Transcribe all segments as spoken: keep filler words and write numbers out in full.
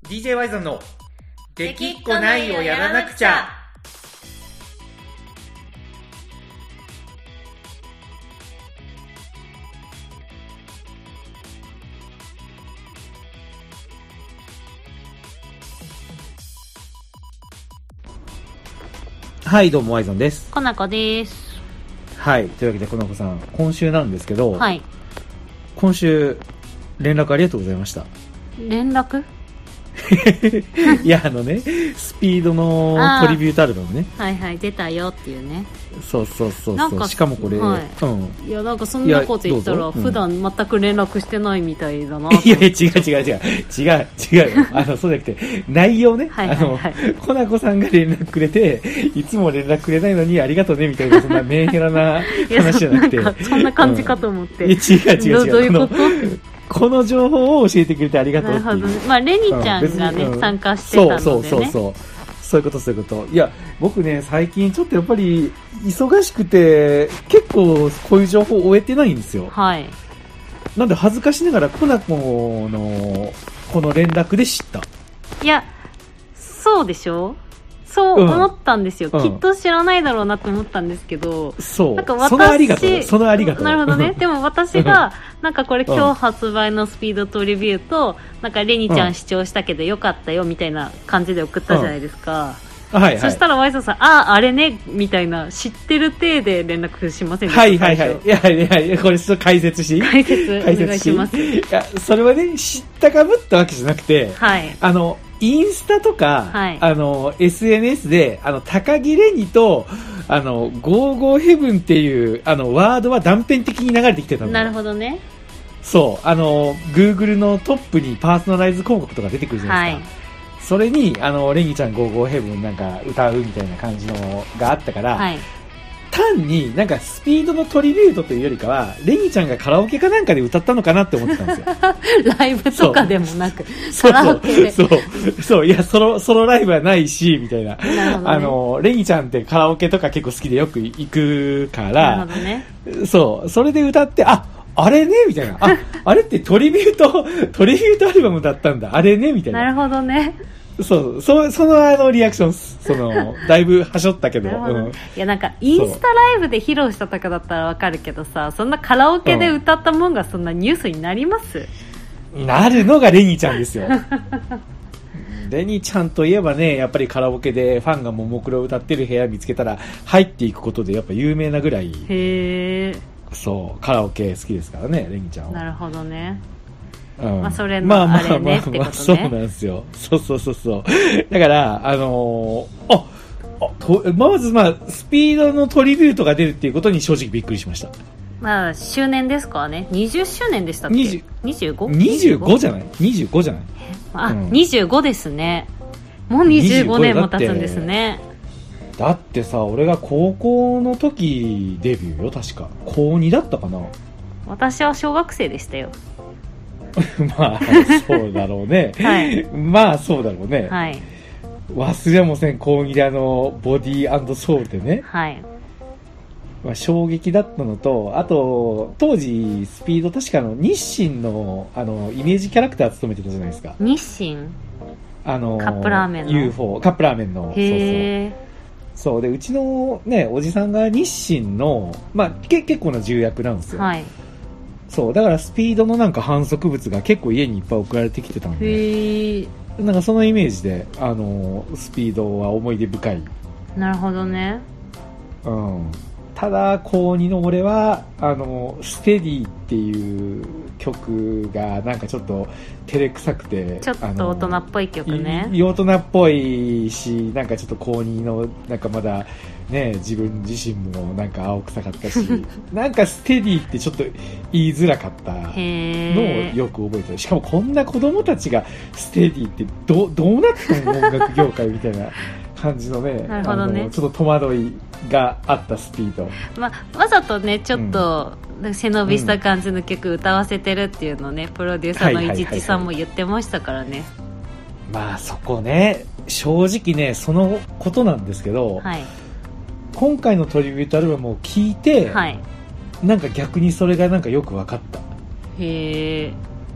ディージェー ワイゾンのできっこないをやらなくちゃ。はい、どうもワイゾンです。 コナコです。 はい、というわけでコナコさん、今週なんですけど、 はい、 今週連絡ありがとうございました。 連絡いや、あのね、スピードのトリビュートアルバムね。 はいはい、出たよっていうね。 そうそうそうそう。しかもこれ、 はい、うん。いや、なんかそんなこと言ったら、普段全く連絡してないみたいだな。 いやいや、違う違う違う。違う、違うよ。あの、そうじゃなくて、内容ね。はいはいはい、あの、コナコさんが連絡くれて、いつも連絡くれないのにありがとうね、みたいな、そんなメンヘラな話じゃなくて。 そんな感じかと思って。 うん、いや、違う違う違う。 どういうことこの情報を教えてくれてありがとうっていう。 なるほどね。まあ、レニちゃんがね、うん、参加してたのでね。 そうそうそうそう。そういうことそういうこと。いや、僕ね、最近ちょっとやっぱり忙しくて、結構こういう情報を終えてないんですよ。 はい。 なんで恥ずかしながらコナコのこの連絡で知った。 いや、そうでしょ？そう思ったんですよ、うん、きっと知らないだろうなと思ったんですけど、 そうなんか私そのありがとうそのありがとうなるほどね。でも私がなんかこれ今日発売のスピードトリビューとなんかレニちゃん視聴したけどよかったよみたいな感じで送ったじゃないですか、 うんはいはい、 そしたらワイソンさん、あああれねみたいな知ってる体で連絡しませんでした？ はいはいはい。いやいやこれちょっと解説し解説お願いします。 いやそれはね知ったかぶったわけじゃなくて、 はい、 あのインスタとか、はい、あの エスエヌエス であの高木レニとあのゴーゴーヘブンっていうあのワードは断片的に流れてきてたの。 なるほどね。 そうあの Google のトップにパーソナライズ広告とか出てくるじゃないですか、はい、それにあのレニちゃんゴーゴーヘブンなんか歌うみたいな感じのがあったから、はい、単になんかスピードのトリビュートというよりかはレニちゃんがカラオケかなんかで歌ったのかなって思ってたんですよ。 ライブとかでもなくカラオケでそうそうそういやソロソロライブはないしみたいな、なるほどね、あのレニちゃんってカラオケとか結構好きでよく行くから、 なるほどね、 そうそれで歌ってああれねみたいなああれってトリビュートトリビュートアルバムだったんだあれねみたいな。 なるほどね。 そうそそのあのリアクションそのだいぶはしょったけど、ど、うん、 いやなんかインスタライブで披露したとかだったらわかるけどさ、そんなカラオケで歌ったもんがそんなニュースになります？ うん、なるのがレニちゃんですよ。レニちゃんといえばねやっぱりカラオケでファンがももクロを歌ってる部屋見つけたら入っていくことでやっぱ有名なぐらい。 へー、 そうカラオケ好きですからねレニちゃんは。 なるほどね。 うん、 まあそれのあれねってことね。まあまあまあまあそうなんですよ。そうそうそうそう。だからあのー、ああとまずまあスピードのトリビュートが出るっていうことに正直びっくりしました。 まあ周年ですからね。にじゅっしゅうねんでしたっけ？にじゅうご？ にじゅうごじゃない？にじゅうごじゃない？ あ、うん、にじゅうごですね。もうにじゅうごねんも経つんですね。 だってさ俺が高校の時デビューよ確かこうにだったかな。 私は小学生でしたよ。 まあそうだろうね、はい、まあそうだろうね、 はい、 忘れもせんコーギラのボディー&ソウルでね、 はい、 まあ、衝撃だったのとあと当時スピード確かの日清 の, あのイメージキャラクター務めてたじゃないですか。 日清あのカップラーメンのユーフォー カップラーメンのへそうそうそうでうちのねおじさんが日清の、まあ、け結構な重役なんですよ、 はい、 そうだからスピードのなんか反則物が結構家にいっぱい送られてきてたんで、なんかそのイメージであのスピードは思い出深い。 なるほどね。 うん。ただ高にの俺はあのステディっていう曲がなんかちょっと照れくさくてちょっと大人っぽい曲ね。 大人っぽいしなんかちょっと高にのなんかまだね自分自身もなんか青臭かったしなんかステディってちょっと言いづらかったのをよく覚えてる。しかもこんな子供たちがステディってどどうなったの音楽業界みたいな感じのね、 なるほどね、 あのちょっと戸惑いがあったスピード、 まあ、わざとねちょっと、うん、背伸びした感じの曲歌わせてるっていうのをね、うん、プロデューサーのいじっちさんも言ってましたからね。 まあそこね正直ねそのことなんですけど、 はい、 今回のトリビュートアルバムを聴いて、 はい、 なんか逆にそれがなんかよく分かった。 へー。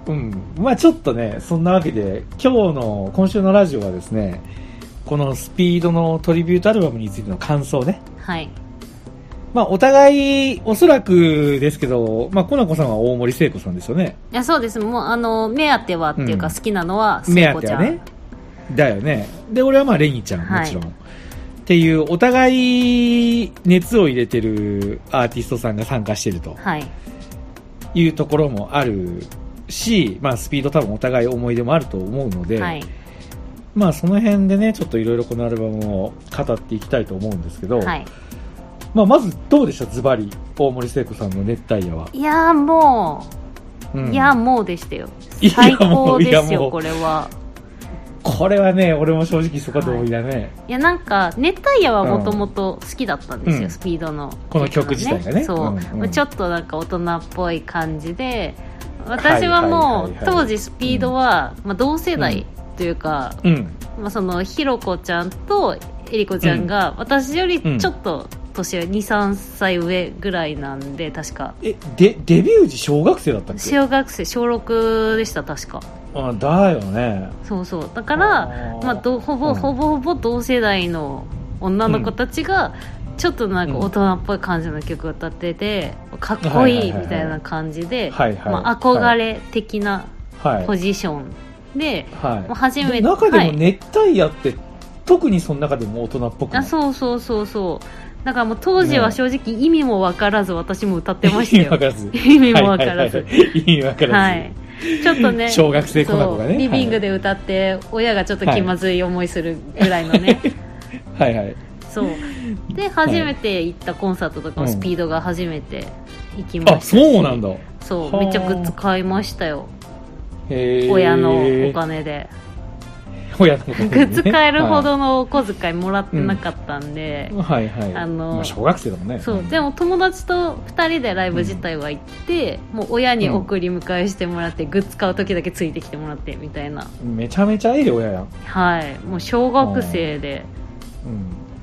うん。まあちょっとね、そんなわけで、今日の、今週のラジオはですね、このスピードのトリビュートアルバムについての感想ね。 はい。 まあお互い、おそらくですけど、まあコナコさんは大森聖子さんですよね。 いや、そうです。もう、あの、目当てはっていうか、好きなのは聖子ちゃん。 目当てはね。だよね。で、俺はまあレニちゃん、もちろん。はい、っていう、お互い熱を入れてるアーティストさんが参加してると。はい。いうところもあるし、まあスピード多分お互い思い出もあると思うので、はい。まあその辺でね、ちょっといろいろこのアルバムを語っていきたいと思うんですけど、はい。まあまずどうでしたズバリ、大森聖子さんの熱帯夜は。 いやーもう、うん、いやもうでしたよ。最高ですよ、これは。 これはね、俺も正直そこ同意だね、はい、 いやなんか熱帯夜はもともと好きだったんですよ、うん、スピードの、ね、 この曲自体がね、 そう、うんうん、ちょっとなんか大人っぽい感じで、私はもう当時スピードは、まあ、同世代というか、うん、まあ、そのひろこちゃんとえりこちゃんが私よりちょっと年上、にさんさい上ぐらいなんで、確かえでデビュー時小学生だったっけ？ 小学生、小ろくでした確か。 あだよね。 そうそう、だからまあ、どほぼ、うん、ほぼほぼ同世代の女の子たちがちょっとなんか大人っぽい感じの曲を歌ってて、うん、かっこいいみたいな感じで、まあ、憧れ的なポジションで、はい、初めて中でも熱帯夜って、はい、特にその中でも大人っぽくない？あ、 そうそうそうそう、だからもう当時は正直意味も分からず私も歌ってましたよ、ね、意味も分からず意味分からず、はい、 ちょっとね小学生コナコがねリビングで歌って、はい、親がちょっと気まずい思いするぐらいのねはいはい、 そうで初めて行ったコンサートとかもスピードが初めて行きましたし、 うん、あそうなんだ。 そうめっちゃグッズ買いましたよ、へ親のお金で。 親のお金で、ね、 グッズ買えるほどのお小遣いもらってなかったんで、 うん、はいはい、あの、まあ、小学生だもんね。 そうでも友達とふたりでライブ自体は行って、うん、もう親に送り迎えしてもらって、うん、グッズ買う時だけついてきてもらってみたいな。 めちゃめちゃいい親やん。 はい、もう小学生で、うん、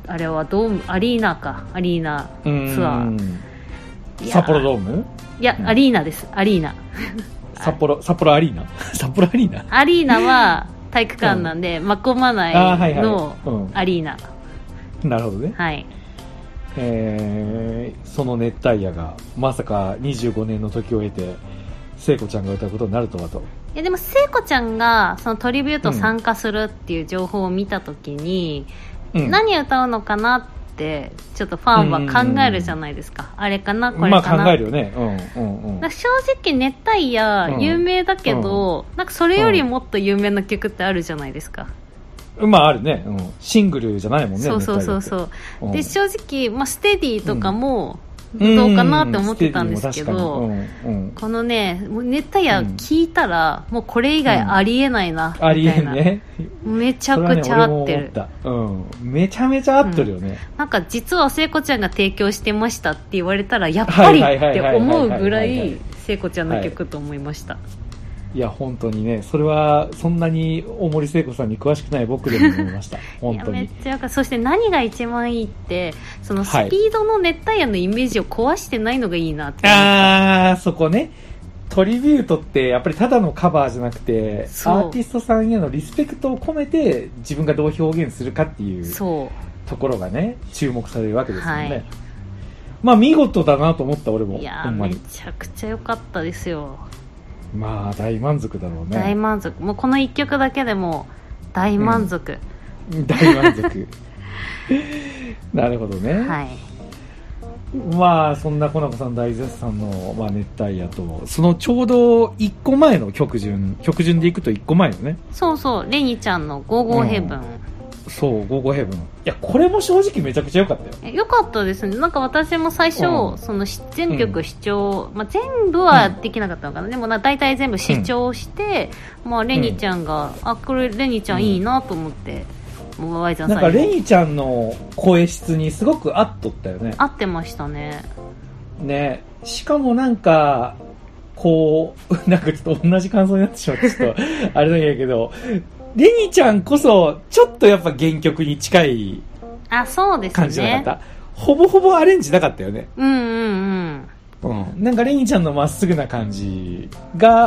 あれはドームアリーナかアリーナツアー、 札幌ドーム、 いや、うん、アリーナです、アリーナ札幌札幌アリーナ札幌アリーナアリーナは体育館なんで、うん、真駒内のアリーナ、はいはいうん、なるほどね、 はい、 えー、その熱帯夜がまさかにじゅうごねんの時を経て聖子ちゃんが歌うことになるとはと。 いやでも聖子ちゃんがそのトリビュート参加するっていう情報を見た時に、うん、何歌うのかなってちょっとファンは考えるじゃないですか、うんうんうん、あれかなこれかな、 まあ考えるよね、うんうんうん、 正直熱帯夜有名だけど、うん、なんかそれよりもっと有名な曲ってあるじゃないですか、 うん、まああるね、うん、シングルじゃないもんね。そうそうそうそう、うん、で正直、まあ、ステディとかもどうかなって思ってたんですけど、うんうんうん、このね熱帯夜聞いたら、うん、もうこれ以外ありえないな、うん、みたいな、ありえね、めちゃくちゃ合ってる、ねうん、 めちゃめちゃ合ってるよね、うん、 なんか実は聖子ちゃんが提供してましたって言われたらやっぱりって思うぐらい聖子ちゃんの曲と思いました。 いや本当にね、それはそんなに大森聖子さんに詳しくない僕でも思いました本当に。いやめっちゃよかった。そして何が一番いいってそのスピードの熱帯夜のイメージを壊してないのがいいなって思った、 はい、あーそこね、トリビュートってやっぱりただのカバーじゃなくてアーティストさんへのリスペクトを込めて自分がどう表現するかっていうところがね注目されるわけですよね、はい、まあ見事だなと思った俺も。 いやめちゃくちゃ良かったですよ。 まあ大満足だろうね。 大満足、もうこのいっきょくだけでも大満足、 うん、大満足なるほどね。 はい。 まあそんなコナコさん大絶賛の、まあ、熱帯夜とそのちょうどいっこまえの曲順曲順でいくといっこまえのね。 そうそうレニちゃんのゴーゴーヘブン、うんそうゴーゴーヘブン、いやこれも正直めちゃくちゃ良かったよ。 良かったですね。なんか私も最初、うん、その全曲視聴、うんまあ、全部はできなかったのかな、うん、でもな大体全部視聴して、うんまあ、レニちゃんが、うん、あこれレニちゃんいいなと思って、うん、もうワイザンさんになんかレニちゃんの声質にすごく合っとったよね。 合ってましたね。 ねしかもなんかこうなんかちょっと同じ感想になってしまってちょっとあれなんやけどレニちゃんこそちょっとやっぱ原曲に近い感じじゃなかった。あ、そうですね。ほぼほぼアレンジなかったよね。 うんうんうん。 うん、なんかレニちゃんのまっすぐな感じが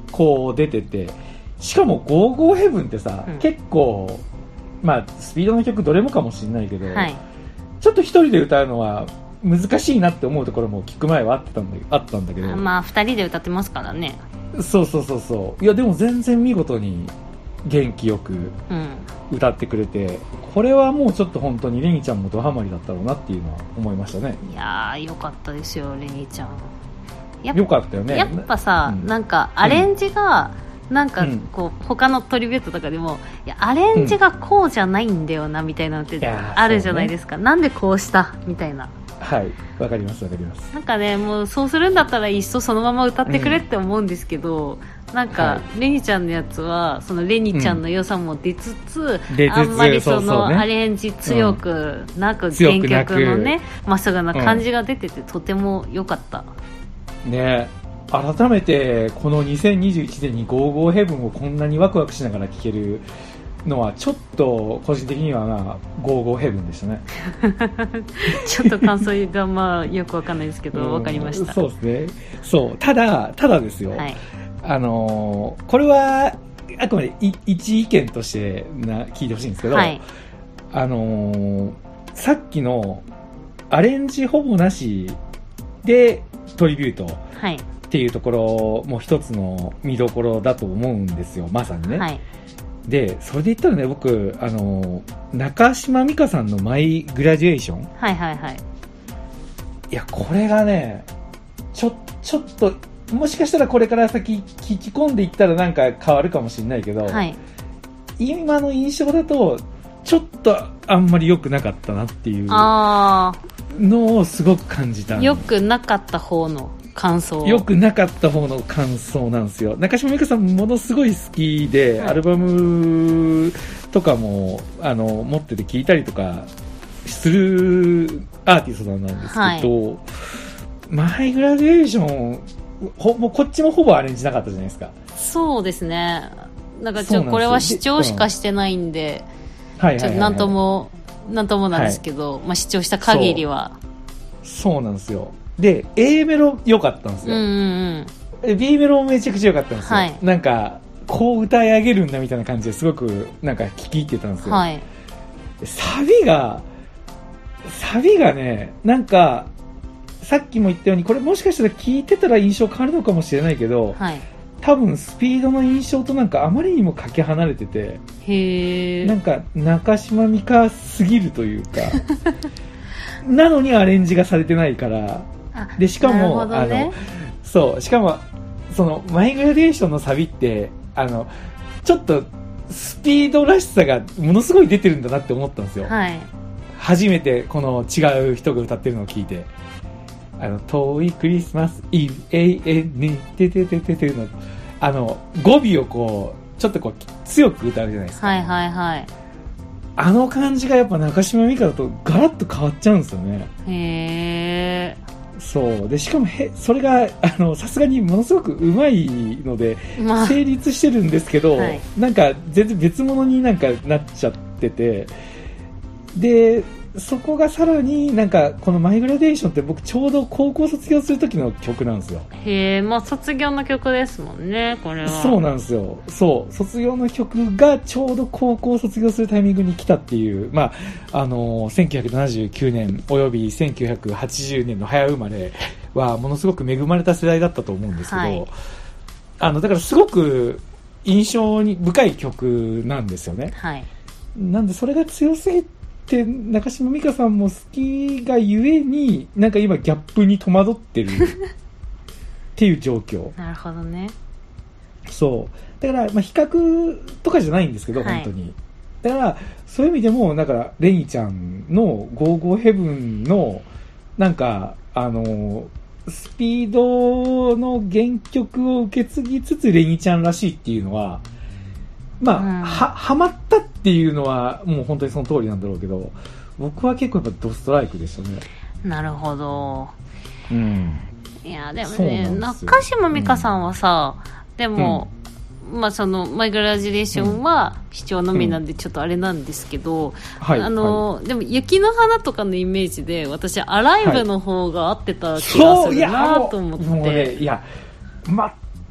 こう出てて、しかもゴーゴーヘブンってさ、うん、結構まあスピードの曲どれもかもしれないけど、はい、ちょっと一人で歌うのは難しいなって思うところも聞く前はあってたんだあったんだけど、 まあ二人で歌ってますからね。 そうそうそうそう。いやでも全然見事に元気よく歌ってくれて、うん、これはもうちょっと本当にレニちゃんもドハマりだったろうなっていうのは思いましたね。 いやーよかったですよレニちゃん。やよかったよね。 やっぱさ、うん、なんかアレンジが、うん、なんかこう他のトリビュートとかでもいやアレンジがこうじゃないんだよなみたいなのってあるじゃないですか、ね、なんでこうしたみたいな。 はい、わかりますわかります。 なんかね、もうそうするんだったらいっそそのまま歌ってくれって思うんですけど、うん、なんか、はい、レニちゃんのやつはそのレニちゃんの良さも出つつ、うん、あんまりそのそうそう、ね、アレンジ強くなく、うん、原曲のねまっすぐな感じが出てて、うん、とても良かったね。改めてこのにせんにじゅういちねんにゴーゴーヘブンをこんなにワクワクしながら聴けるのはちょっと個人的にはなゴーゴーヘブンでしたねちょっと感想がまあよくわかんないですけど、うん、わかりました。 そうですね。そうただただですよ、はい、あのー、これはあくまで一意見としてな聞いてほしいんですけど、はい、あのー、さっきのアレンジほぼなしでトリビュート、はいっていうところも一つの見どころだと思うんですよ、まさにね、はい、でそれで言ったらね、僕あの中島美嘉さんのマイグラデュエーション、 はいはいはい、 いやこれがねちょちょっともしかしたらこれから先聞き込んでいったらなんか変わるかもしれないけど、はい、今の印象だとちょっとあんまり良くなかったなっていうのをすごく感じた。 良くなかった方の感想。 良くなかった方の感想なんですよ。中島美嘉さんものすごい好きで、はい、アルバムとかもあの持ってて聴いたりとかするアーティストなんですけど、はい、マイグラデュエーションほもうこっちもほぼアレンジなかったじゃないですか。 そうですね。なんかちょっとこれは視聴しかしてないんで、ちょっとなんともなんともなんですけど、はい、まあ視聴した限りはそう、そうなんですよ。で A メロ良かったんですよ、うんうんうん、B メロもめちゃくちゃ良かったんですよ、はい、なんかこう歌い上げるんだみたいな感じですごくなんか聞き入ってたんですよ、はい、サビがサビがねなんかさっきも言ったようにこれもしかしたら聞いてたら印象変わるのかもしれないけど、はい、多分スピードの印象となんかあまりにもかけ離れてて、へー、なんか中島美嘉すぎるというかなのにアレンジがされてないからでしかも、ね、あのそうしかもそのマイグラデーションのサビってあのちょっとスピードらしさがものすごい出てるんだなって思ったんですよ、はい、初めてこの違う人が歌ってるのを聞いて、あの遠いクリスマスイブ永遠にてててててのあの語尾をこうちょっとこう強く歌うじゃないですか、はいはいはい、あの感じがやっぱ中島美嘉だとガラッと変わっちゃうんですよね。へー、そうでしかもへそれがさすがにものすごくうまいので、まあ、成立してるんですけど、はい、なんか全然別物になんかなっちゃってて、でそこがさらになんかこのマイグラデーションって僕ちょうど高校卒業する時の曲なんですよ。へえ、まあ卒業の曲ですもんねこれは。そうなんですよ。そう卒業の曲がちょうど高校卒業するタイミングに来たっていう、まああのせんきゅうひゃくななじゅうきゅうねんおよびせんきゅうひゃくはちじゅうねんの早生まれはものすごく恵まれた世代だったと思うんですけど、はい、あのだからすごく印象に深い曲なんですよね、はい、なんでそれが強すぎてで中島美嘉さんも好きがゆえになんか今ギャップに戸惑ってるっていう状況。なるほどね。そうだから、まあ、比較とかじゃないんですけど、はい、本当にだからそういう意味でもだからレニちゃんのゴーゴーヘブンのなんかあのスピードの原曲を受け継ぎつつレニちゃんらしいっていうのはまあ、うん、は、はまったっていうのはもう本当にその通りなんだろうけど、僕は結構やっぱドストライクでしたね。なるほど。うん。いやでもね、中島美嘉さんはさ、うん、でも、うん、まあそのマイグラデュエーションは視聴のみなんでちょっとあれなんですけど、うんあの、はい、でも雪の花とかのイメージで私アライブの方が合ってた気がするなと思って。はい、もうね、いや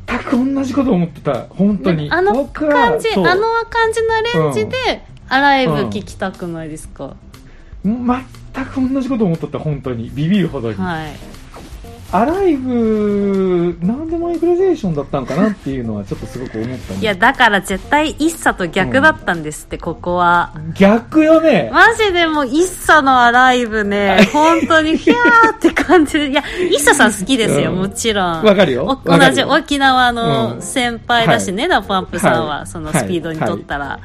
全く同じこと思ってた本当に。 あの感じあの感じのアレンジで、うん、アライブ聞きたくないですか？ うん、全く同じこと思ってた本当にビビるほどに、 はい、 アライブなんでマイグラデーションだったのかなっていうのはちょっとすごく思ったんいやだから絶対イッサと逆だったんですって、うん、ここは逆よね。 マジでもうイッサのアライブね本当にヒャーって感じでいやイッサさん好きですよ、うん、もちろんわかるよ。 同じ沖縄の先輩だしね、うん、ダパンプさんは、はい、そのスピードにとったら、はいはい、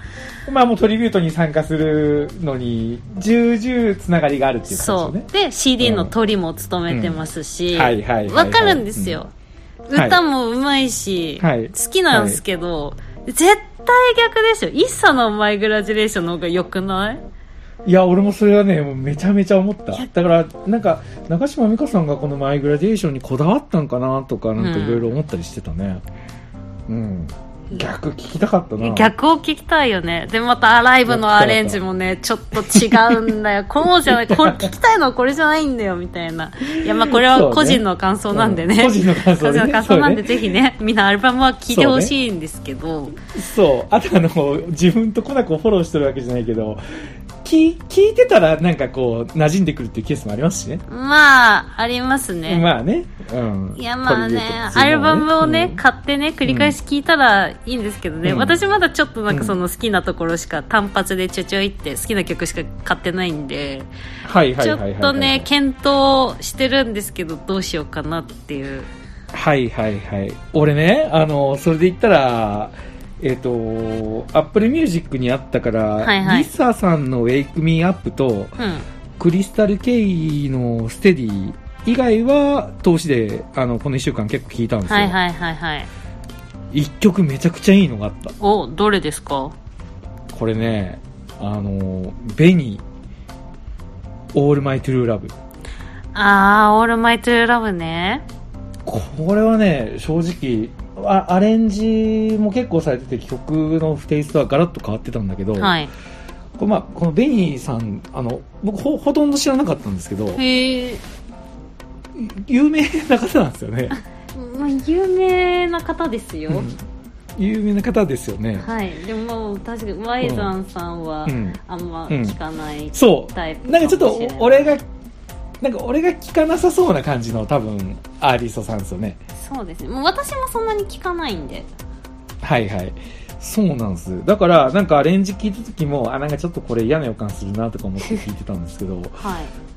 まあもうトリビュートに参加するのに重々つながりがあるっていう感じですね。 そうで シーディー のトリも務めてますし、わかるんですよ、うん、歌もうまいし、はい、好きなんですけど、はい、絶対逆でしょ。イッサのマイグラジュレーションの方が良くない？ いや俺もそれはねもうめちゃめちゃ思った。だからなんか中島美嘉さんがこのマイグラデーションにこだわったんかなとかなんかいろいろ思ったりしてたね。うん、うん逆聞きたかったな。 逆を聞きたいよね。でまたアライブのアレンジもねちょっと違うんだよこうじゃないこれ聞きたいのはこれじゃないんだよみたいな。いやまあこれは個人の感想なんでね、 うん、個人の感想、ね、 個人の感想なんで、ね、ぜひねみんなアルバムは聴いてほしいんですけどそう,、ね、そうあとあの自分とコナコをフォローしてるわけじゃないけど聞, 聞いてたらなんかこう馴染んでくるっていうケースもありますしね。 まあありますね。 まあね、うん、 いやまあねアルバムをね、うん、買ってね繰り返し聞いたらいいんですけどね、うん、私まだちょっとなんかその好きなところしか、うん、単発でちょちょいって好きな曲しか買ってないんで、はいはいはいはいはい、ちょっとね検討してるんですけどどうしようかなっていう。 はいはいはい。俺ねあのそれで言ったらえっ、ー、と、Apple Music にあったから、はいはい、リサさんの Wake Me Up と、うん、クリスタル・ケイのステディ以外は、通しで、あの、このいっしゅうかん結構聴いたんですよ。 はいはいはいはい。 一曲めちゃくちゃいいのがあった。 お、どれですか？ これね、あの、ベニー、All My True Love。 あー、All My True Love ね。 これはね、正直、あアレンジも結構されてて曲のテイストはガラッと変わってたんだけど、はい、こ, まあ、このベニーさんあの僕 ほ, ほとんど知らなかったんですけどへ有名な方なんですよねまあ、有名な方ですよ、うん、 有名な方ですよね。 はい。でも確かにワイザンさんはあんま聞かない、うん、 タイプかもしれない。そうなんかちょっと俺がなんか俺が聞かなさそうな感じの多分アーティストさんですよね。 そうですね。もう私もそんなに聞かないんで。はいはい。そうなんです。だからなんかアレンジ聞いた時もあなんかちょっとこれ嫌な予感するなとか思って聞いてたんですけど、はい、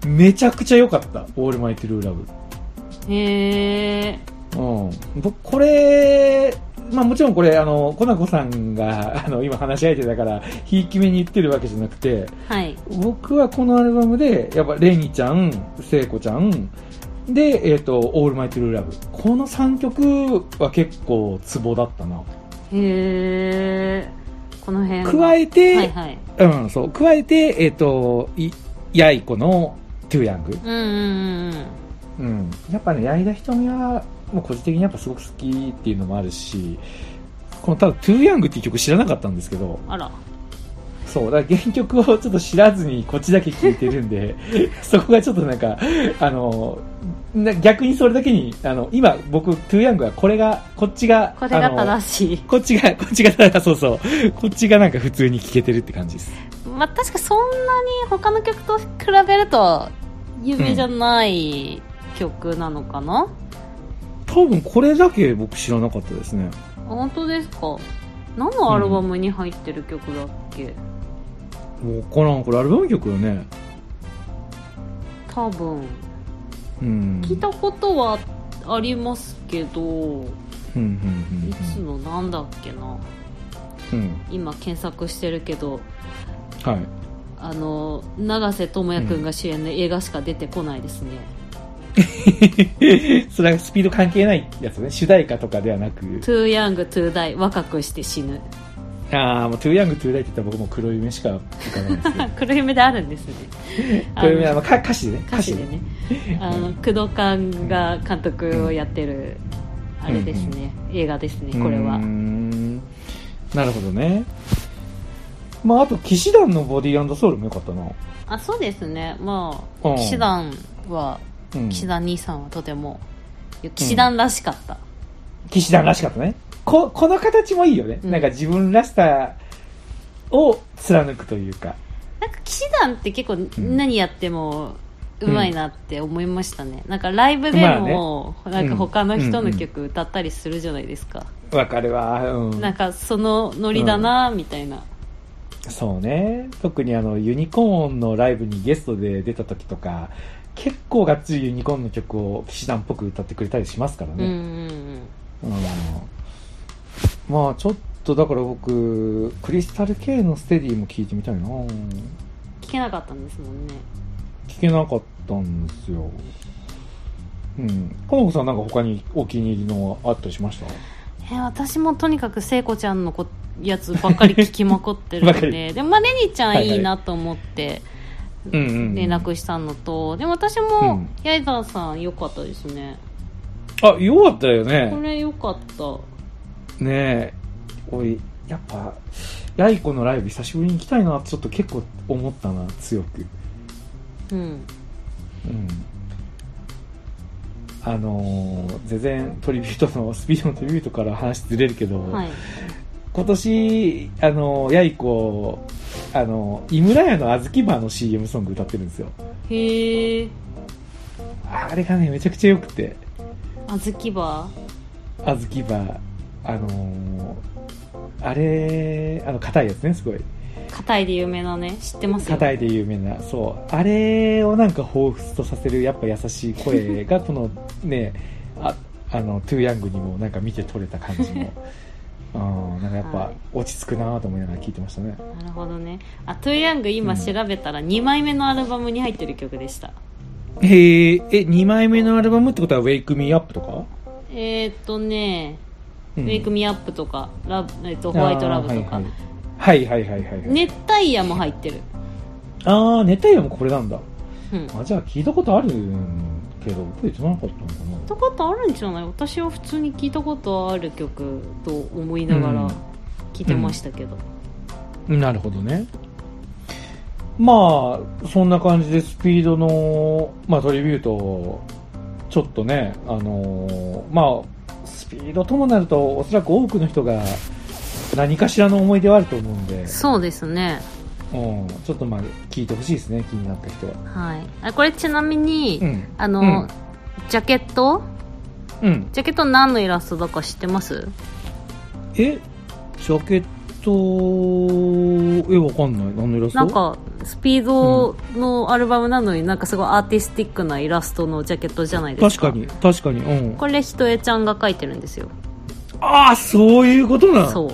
めちゃくちゃ良かった。オールマイトゥルーラブ。へー。うん。僕これまあもちろんこれあのコナコさんがあの今話し相手だからひいき目に言ってるわけじゃなくて、はい、僕はこのアルバムでやっぱレニちゃん、聖子ちゃんでえっ、ー、とオールマイトゥルーラブこのさんきょくは結構ツボだったな。 へー。この辺加えて、はいはい、うんそう加えてえっ、ー、とヤイコのトゥーヤング。うんうんうんうん。やっぱね矢井田瞳はもう個人的にやっぱすごく好きっていうのもあるし、このただトゥーヤングっていう曲知らなかったんですけど、あらそうだから原曲をちょっと知らずにこっちだけ聴いてるんでそこがちょっとなんかあの逆にそれだけにあの今僕トゥーヤングはこれがこっちがこれが正しいこっちがこっちがそうそうこっちがなんか普通に聴けてるって感じです。 まあ確かそんなに他の曲と比べると有名じゃない曲なのかな、うん多分これだけ僕知らなかったですね。 本当ですか？何のアルバムに入ってる曲だっけ？ うん、分からん。これアルバム曲よね多分、うん、聞いたことはありますけど、うんうんうんうん、いつのなんだっけな、うん、今検索してるけど、はい、あの永瀬智也くんが主演の映画しか出てこないですね、 それはスピード関係ないやつね。主題歌とかではなく Too Young to Die 若くして死ぬ。 ああもう Too Young to Die って言ったら僕も黒夢しか浮かばないですけど黒夢であるんですね黒夢はまあ歌詞でね歌詞でねあの工藤官が監督をやってるあれですね、うんうん、映画ですねこれは。うーんなるほどね。まああと騎士団のボディ&ソウルも良かったな。 あそうですねまあ、うん、騎士団は騎士団兄さんはとても騎士団らしかった、 騎士団らしかったね。ここの形もいいよね、うん、なんか自分らしさを貫くというか、 なんか騎士団って結構何やってもうまいなって思いましたね、うん、なんかライブでも、まあね、なんか他の人の曲歌ったりするじゃないですか。 わ、うん、かるわ、うん、 なんかそのノリだなみたいな、 うん、そうね。特にあのユニコーンのライブにゲストで出た時とか結構がっつりユニコーンの曲を騎士団っぽく歌ってくれたりしますからね。うんうんうん、うん、まあちょっとだから僕クリスタル K のステディも聴いてみたいな。 聞けなかったんですもんね。 聞けなかったんですよ。うん。かのこさんなんか他にお気に入りのあったりしました？ え私もとにかく聖子ちゃんのこやつばっかり聞きまくってるんででもまあレニちゃんいいなと思って連絡したのと、はいはい、でも私もヤイザーさん良かったですね。 あ、良かったよね。 これ良かったねえ。おいやっぱヤイコのライブ久しぶりに行きたいなってちょっと結構思ったな、強く。うんうんあのー、全然トリビュートのスピードのトリビュートから話ずれるけど、はい、今年あのヤイコあの井村屋のあずきバーの シーエム ソング歌ってるんですよ。 へえ。 あれがねめちゃくちゃ良くて。 あずきバーあずきバーあのー、あれあの硬いやつね、すごい硬いで有名なね、知ってますよ。 硬いで有名な、そうあれをなんか彷彿とさせるやっぱ優しい声がこのねああのトゥーヤングにもなんか見て取れた感じもうん、なんかやっぱ落ち着くなと思いながら聴いてましたね。 なるほどね。あ、トゥーヤング今調べたらにまいめのアルバムに入ってる曲でした。 うん、へえ。え、にまいめのアルバムってことは Wake Me Up とか？ えー、っとね、うん、Wake Me Up とかラブ、えっと、ホワイトラブとか、 はいはいはいはいはい、はい、 熱帯夜も入ってる。 あー、熱帯夜もこれなんだ、 うん、 あ、じゃあ聞いたことあるけど覚えてなかったのかな。 聞いたことあるんじゃない？私は普通に聞いたことある曲と思いながら聞いてましたけど、 うんうん、なるほどね。まあそんな感じでスピードの、まあ、トリビュートちょっとね、あのー、まあスピードともなるとおそらく多くの人が何かしらの思い出はあると思うんで、 そうですね、 うん、ちょっとまあ聞いてほしいですね、気になった人は。 はい、あこれちなみに、うん、あの、うん、ジャケット、うん、ジャケット何のイラストだか知ってます？ え、ジャケット、え、わかんない。何のイラスト？ なんかスピードのアルバムなのに、なんかすごいアーティスティックなイラストのジャケットじゃないですか。 確かに確かに、うん、 これひとえちゃんが描いてるんですよ。 ああ、そういうことな。 そう。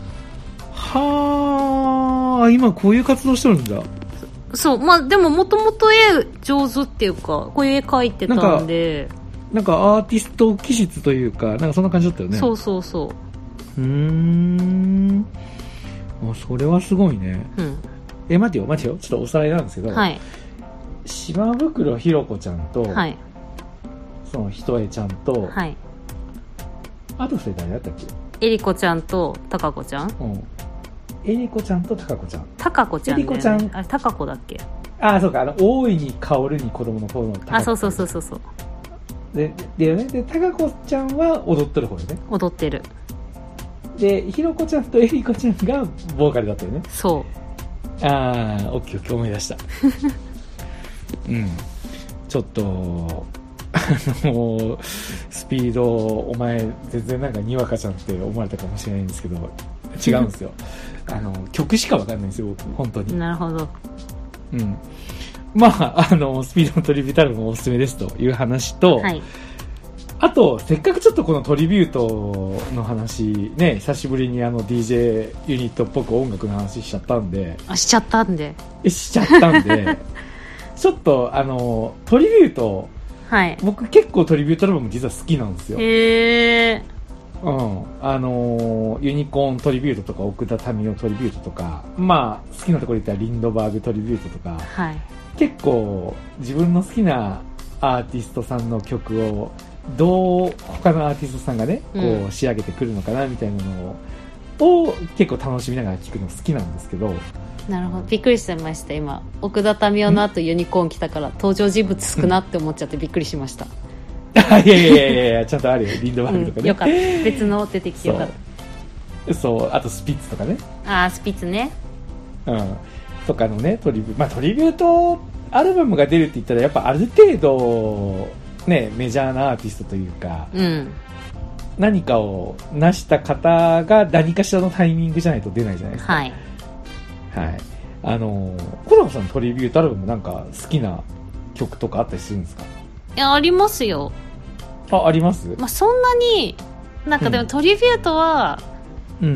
はあ、今こういう活動してるんだ。 そう、まあでももともと絵上手っていうか、こういう絵描いてたんで、 なんかアーティスト気質というか、なんかそんな感じだったよね。 そうそうそう。 うーん、あ、それはすごいね。うん。え、待てよ待てよ、ちょっとおさらいなんですけど、はい、島袋ひろ子ちゃんと、はい、そのひとえちゃんと、はい、あとふたり誰だったっけ？ えりこちゃんとたかこちゃん。うん。 えりこちゃんとたかこちゃん。 たかこちゃん、ね。えりこちゃん。あれたかこだっけ？ ああ、そうか、あの大いに香るに子供の頃のたかこ。 あ、そうそうそうそうそう。 で、でね、でたかこちゃんは踊ってる方よね。 踊ってる。 で、ひろこちゃんとえりこちゃんがボーカルだったよね。 そう。 ああ、オッケーオッケー、思い出した。うん。ちょっと、あの、スピード、お前、全然なんかにわかちゃんって思われたかもしれないんですけど、違うんですよ。あの、曲しかわかんないんですよ、本当に。 なるほど。 うん。まあ、あの、スピードのトリビュートアルバムおすすめですという話と、はい。あと、せっかくちょっとこのトリビュートの話、ね、久しぶりにあの ディージェー ユニットっぽく音楽の話しちゃったんで。 あ、しちゃったんで。 しちゃったんで、ちょっとあの、トリビュート、はい。僕結構トリビュートアルバム実は好きなんですよ。 へー。 うん。あの、ユニコーントリビュートとか、奥田民生トリビュートとか、まあ、好きなところで言ったらリンドバーグトリビュートとか、はい。結構自分の好きなアーティストさんの曲を、どう他のアーティストさんがねこう仕上げてくるのかなみたいなのを結構楽しみながら聴くの好きなんですけど。 なるほど、びっくりしました。今奥田民生の後ユニコーン来たから登場人物少なって思っちゃってびっくりしました。 いやいやいやいや、ちゃんとあるよ、リンドバーグとかね、 うん、よかった、別の出てきてよかった。 そう、そう、あとスピッツとかね。 ああ、スピッツね。 うん。とかのね、トリビュー、まあトリビュートアルバムが出るって言ったら、やっぱある程度、ね、メジャーなアーティストというか、 うん。 何かを成した方が何かしらのタイミングじゃないと出ないじゃないですか。 はい。 はい。あの、コナコさんのトリビュートアルバムなんか好きな曲とかあったりするんですか？ いや、ありますよ。 あ、あります？ まあ、そんなに、なんかでもトリビュートは、 うん。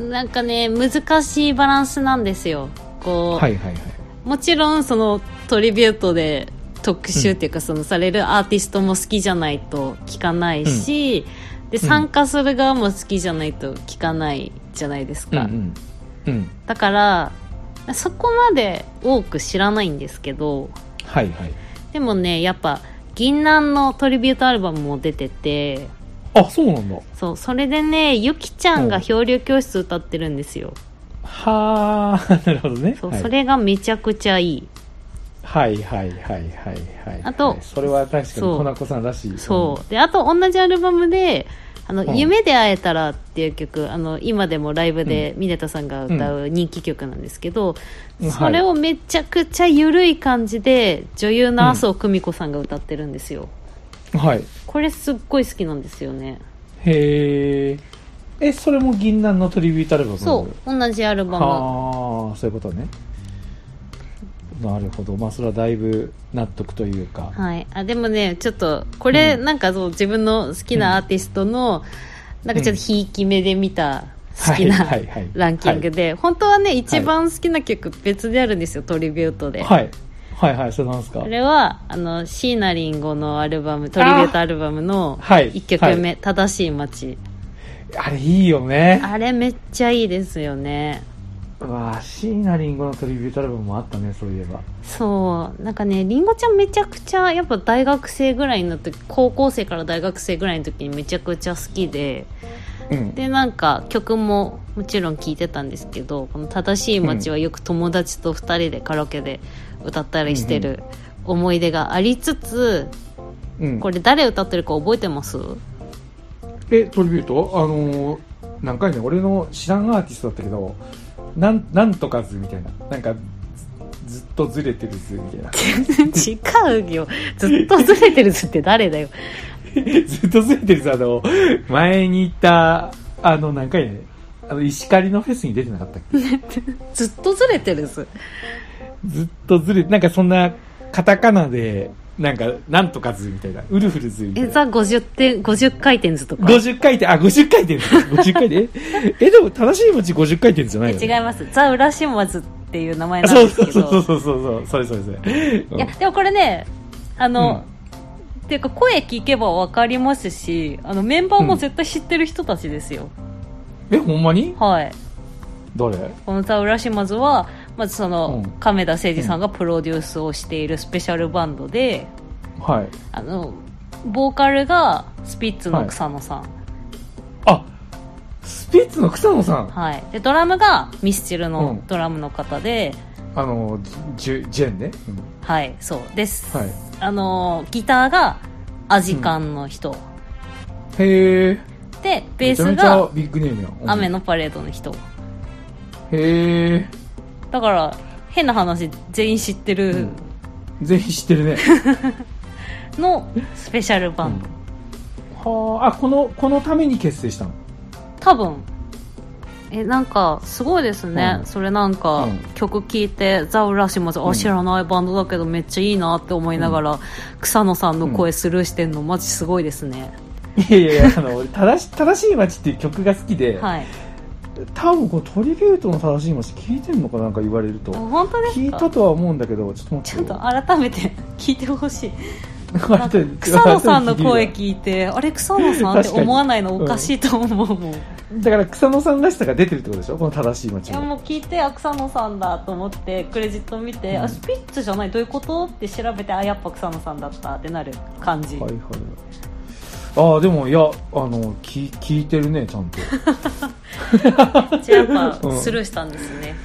なんかね、難しいバランスなんですよ。こう、 はいはいはい。 もちろんそのトリビュートで特集っていうか、そのされるアーティストも好きじゃないと聞かないし、うん、で参加する側も好きじゃないと聞かないじゃないですか、 うんうんうん、 だからそこまで多く知らないんですけど、 はいはい、 でもね、やっぱ銀杏のトリビュートアルバムも出てて、 あ、そうなんだ。 そう、それでね、ゆきちゃんが漂流教室歌ってるんですよ。 はあ、なるほどね。 そう、 はい、 それがめちゃくちゃいい。 はいはいはいはいはい。 あと、 はい、それは確かにコナコさんらしい。 そうで、あと同じアルバムで、あの、 うん、 夢で会えたらっていう曲、あの今でもライブでミネタさんが歌う人気曲なんですけど、うん、それをめちゃくちゃ緩い感じで女優の麻生久美子さんが歌ってるんですよ。 はい。 これすっごい好きなんですよね。 へえ。え、それも銀杏のトリビュートアルバム？ そう、同じアルバム。 ああ、そういうことね。なるほど。まあそれはだいぶ納得というか。 はい。あ、でもね、ちょっとこれ、うん、なんかそう、自分の好きなアーティストの、うん、なんかちょっとひいき目で見た好きな、うん、ランキングで、はいはいはい、本当はね、一番好きな曲別であるんですよ、トリビュートで。 はい。はいはい、それなんですか？ これはあの椎名林檎のアルバム、トリビュートアルバムのいっきょくめ、はい、正しい街。 あれいいよね。 あれめっちゃいいですよね。 うわ、椎名林檎のトリビュートアルバムもあったね、そういえば。 そう、なんかね、林檎ちゃんめちゃくちゃやっぱ大学生ぐらいの時、高校生から大学生ぐらいの時にめちゃくちゃ好きで、うん、でなんか曲ももちろん聴いてたんですけど、この正しい街はよく友達とふたりでカラオケで歌ったりしてる思い出がありつつ、うん、これ誰歌ってるか覚えてます？ え、トリビュート？あのー、何回ね、俺の知らんアーティストだったけど、なん、なんとかずみたいな、なんか ず, ずっとずれてるずみたいな。 全然違うよ。ずっとずれてるずって誰だよ。 ずっとずれてるず、あの前に言ったあの何回ね、あの石狩のフェスに出てなかったっけ？ ずっとずれてるず。 ずっとずれて、なんかそんなカタカナでなんかなんとか図みたいな、ウルフルズみたいな。 え、ザごじゅってん、ごじゅっかいてん図とか。 ごじゅっかいてん、あ、ごじゅっかいてん図。ごじゅっかいてん。え、でも正しい街ごじゅっかいてんじゃないよね。 違います。ザ浦島図っていう名前なんですけど。 そうそうそうそうそう、それそれそれ。 いや、でもこれね、あの、うん、っていうか声聞けばわかりますし、あのメンバーも絶対知ってる人たちですよ。 うん、え、ほんまに？ はい。 誰？ このザ浦島図は、まずその、うん、亀田誠司さんがプロデュースをしているスペシャルバンドで、 はい、 あのボーカルがスピッツの草野さん、はい、 あ、スピッツの草野さん、 はい、でドラムがミスチルのドラムの方で、 うん、あのジェジェンね、うん、 はい、そうです、 はい、 あのギターがアジカンの人、うん、 へえ。 でベースがめちゃめちゃビッグネームや、 うん、雨のパレードの人。 へえ。 だから変な話、全員知ってる、うん、 全員知ってるねのスペシャルバンド、うん、はあ、あ、このこのために結成したの？ 多分。え、なんかすごいですね、うん、それなんか、うん、曲聴いてザ・浦島さん、あ、知らないバンドだけどめっちゃいいなって思いながら、うん、草野さんの声スルーしてんの、マジすごいですね。 いやいやいや、あの正し正しい街っていう曲が好きで、はい、多分このトリビュートの正しい街聞いてんのかなんか言われると。 本当ですか？ 聞いたとは思うんだけど、ちょっと待って、 ちゃんと改めて聞いてほしい。草野さんの声聞いて、あれ草野さんって思わないのおかしいと思うもん、 うん、だから草野さんらしさが出てるってことでしょ、この正しい街。 いや、もう聞いて、あ、草野さんだと思ってクレジット見て、うん、あ、スピッツじゃない、どういうことって調べて、あ、やっぱ草野さんだったってなる感じ。はいはい。 ああ、でもいや、あの聞聞いてるね、ちゃんと。 じゃあやっぱスルーしたんですね。 い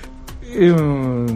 うん、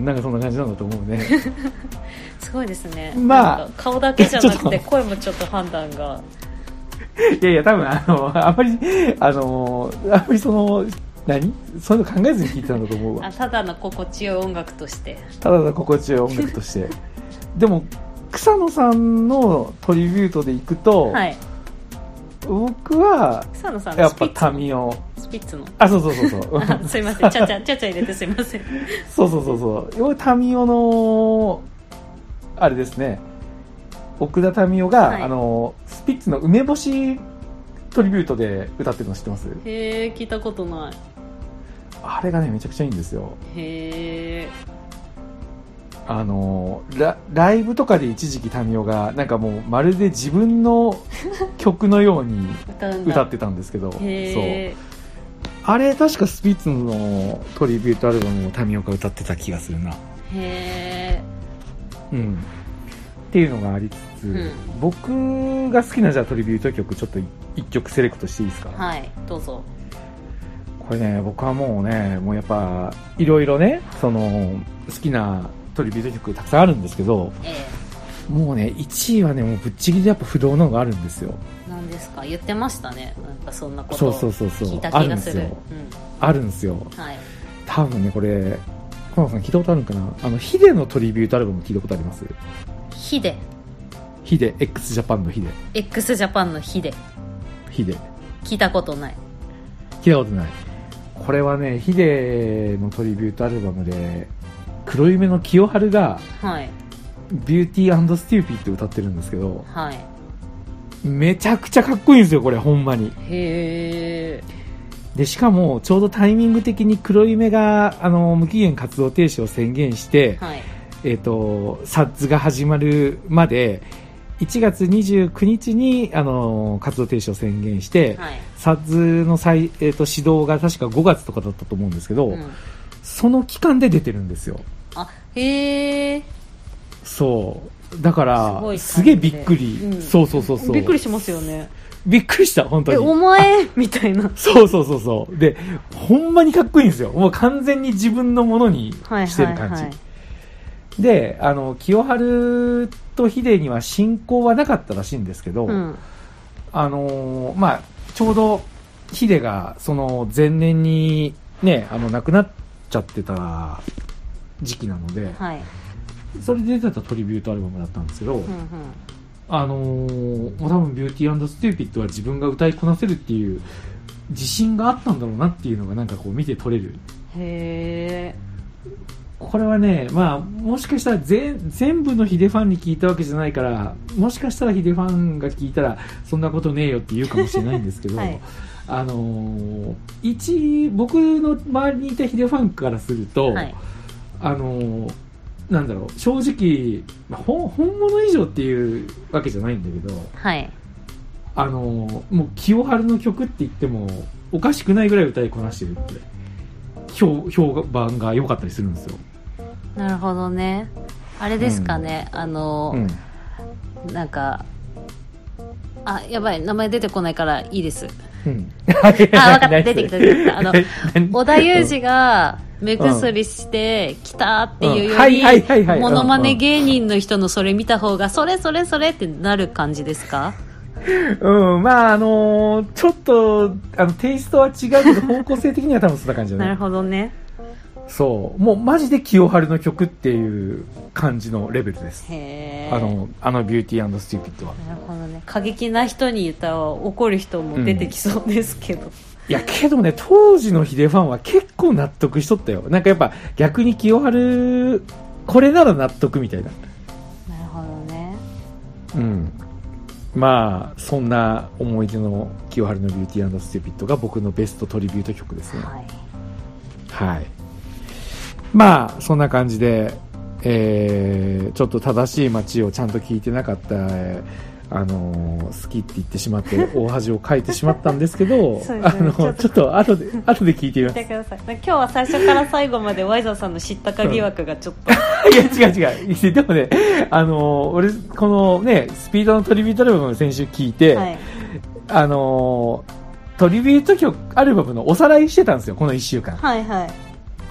なんかそんな感じなんだと思うね。 すごいですね。 まあ顔だけじゃなくて声もちょっと判断が。 いやいや、多分あの、あんまり、あの、あんまりその、何そういうの考えずに聴いてたんだと思うわ。 あ、ただの心地よい音楽として。 ただの心地よい音楽として。でも、草野さんのトリビュートでいくと、はい、僕は、 草野さんやっぱタミオ。 スピッツの。 あ、そうそうそうそう。 すいません。ちゃちゃ、ちゃちゃ入れてすいません。 そうそうそうそう。タミオの、あれですね。奥田民生が、はい、あのスピッツの梅干しトリビュートで歌ってるの知ってます？ へえ、聞いたことない。 あれがねめちゃくちゃいいんですよ。 へえ。 あの ラ, ライブとかで一時期民生がなんかもうまるで自分の曲のように歌ってたんですけどへそうあれ確かスピッツのトリビュートアルバムを民生が歌ってた気がするな。 へえ。 うんっていうのがありつつ、うん、僕が好きなじゃあトリビュート曲ちょっと一曲セレクトしていいですか？ はいどうぞ。 これね僕はもうねもうやっぱいろいろねその好きなトリビュート曲たくさんあるんですけど、ええ、もうねいちいはねもうぶっちぎりでやっぱ不動なのがあるんですよ。 何ですか？言ってましたねなんかそんなことを聞いた気がする。 あるんですよ、うん、 はい、 多分ねこれ河野さん聞いたことあるんかな。あのヒデのトリビュートアルバム聞いたことあります？ ヒデヒデ x ジャパンのヒデ x ジャパンのヒデヒデ聞いたことない。 聞いたことない。これはねヒデのトリビュートアルバムで黒夢の清春が、はい、ビューティー&ステューピッド歌ってるんですけど、 はい、 めちゃくちゃかっこいいんですよこれほんまに。 へー。でしかもちょうどタイミング的に黒夢があの無期限活動停止を宣言して、はい、えーと、サッズが始まるまでいちがつにじゅうくにちにあの活動停止を宣言して、はい、サッズの再、えーと、始動が確かごがつとかだったと思うんですけど、うん、その期間で出てるんですよ。 あへー。 そうだからす, すげえびっくり、うん、そうそうそうそうびっくりしますよね。 びっくりした本当に。えお前みたいな。 そうそうそうそうでほんまにかっこいいんですよ。もう完全に自分のものにしてる感じ、はいはいはい。であの清春と秀には親交はなかったらしいんですけど、うん、あのまあちょうど秀がその前年にねあの亡くなっちゃってた時期なので、はい、それで出てたトリビュートアルバムだったんですけど、うんうん、あのー、もう多分ビューティー&ステューピッドは自分が歌いこなせるっていう自信があったんだろうなっていうのがなんかこう見て取れる。 へー。 これはね、まあ、もしかしたら全、全部のヒデファンに聞いたわけじゃないから、もしかしたらヒデファンが聞いたらそんなことねえよって言うかもしれないんですけど、はい、あのー、一僕の周りにいたヒデファンからすると、はい、あのー、なんだろう正直、まあ、本, 本物以上っていうわけじゃないんだけど、 はい、 あのー、もう清春の曲って言ってもおかしくないぐらい歌いこなしてるって評, 評判が良かったりするんですよ。 なるほどね。あれですかね、うん、あの、うん、なんかあやばい名前出てこないからいいです、うん、あ分かった出てきた出てきたあの織田裕二が目薬して来たっていうよりモノマネ芸人の人のそれ見た方がそれそれそれってなる感じですか？ うん、まああのー、ちょっとあのテイストは違うけど方向性的には多分そんな感じじゃない。 なるほどね。 そうもうマジで清春の曲っていう感じのレベルです。 へあのあのビューティー&ステューピッドは。 なるほどね。過激な人に言ったら怒る人も出てきそうですけど、うん、 いやけどね当時のヒデファンは結構納得しとったよ。なんかやっぱ逆に清春これなら納得みたいな。 なるほどね。 うんまあそんな思い出の清春のビューティー&ステューピッドが僕のベストトリビュート曲ですね。はい、はい、まあそんな感じで、えー、ちょっと正しい街をちゃんと聞いてなかった、えーあのー、好きって言ってしまって大恥をかいてしまったんですけどね、あのちょっとちょっと後で後で聞いてみます。 ください。今日は最初から最後までワイザーさんの知ったか疑惑がちょっと、 うん、いや違う違うでもねあのー、俺このねスピードのトリビュートアルバムの先週聞いて、はい、あのー、トリビュート曲アルバムのおさらいしてたんですよこのいっしゅうかん。 はいはい。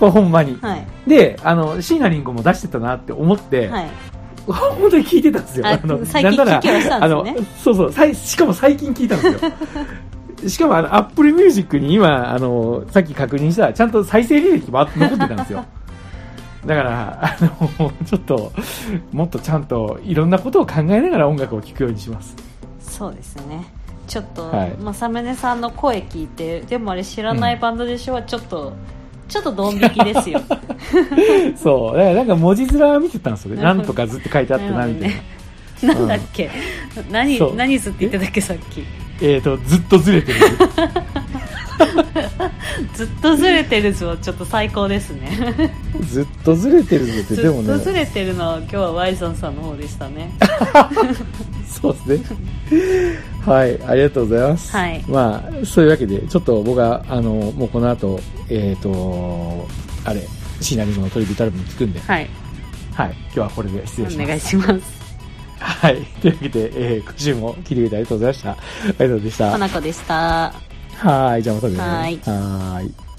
これほんまに。 はい、 で、あの、椎名林檎も出してたなって思って、はい、本当に聞いてたんですよ。 あの最近聞きはしたんですね。 あのそうそうさい、しかも最近聞いたんですよ。しかもあの、アップルミュージックに今、あの、さっき確認したら、ちゃんと再生履歴も残ってたんですよ。だから、あの、ちょっと、もっとちゃんといろんなことを考えながら音楽を聴くようにします。 そうですね。ちょっと、はい、正宗さんの声聞いて、でもあれ知らないバンドでしょは、うん、ちょっと、ちょっとドン引きですよ。 そう。だからなんか文字面見てたんですよね。なんとかずって書いてあってな、みたいな。なんだっけ、うん、何、何ずって言ってたっけ、さっき。 えーと、ずっとずれてる。 ずっとずれてる図はちょっと最高ですね。 ずっとずれてる図ってでもね、 ずっとずれてるのは今日はワイソンさんの方でしたね。 そうですね。はい、ありがとうございます。 はい、 まあそういうわけでちょっと僕はあのもうこの後えっ、ー、とあれ椎名林檎のトリビュートアルバム聞くんで、 はいはい、今日はこれで失礼します。 お願いします。 はい。というわけで、えー、今週も聞いてくれてありがとうございました。ありがとうございました。 花子でした。 はい。じゃあまたね。 はい。 はい。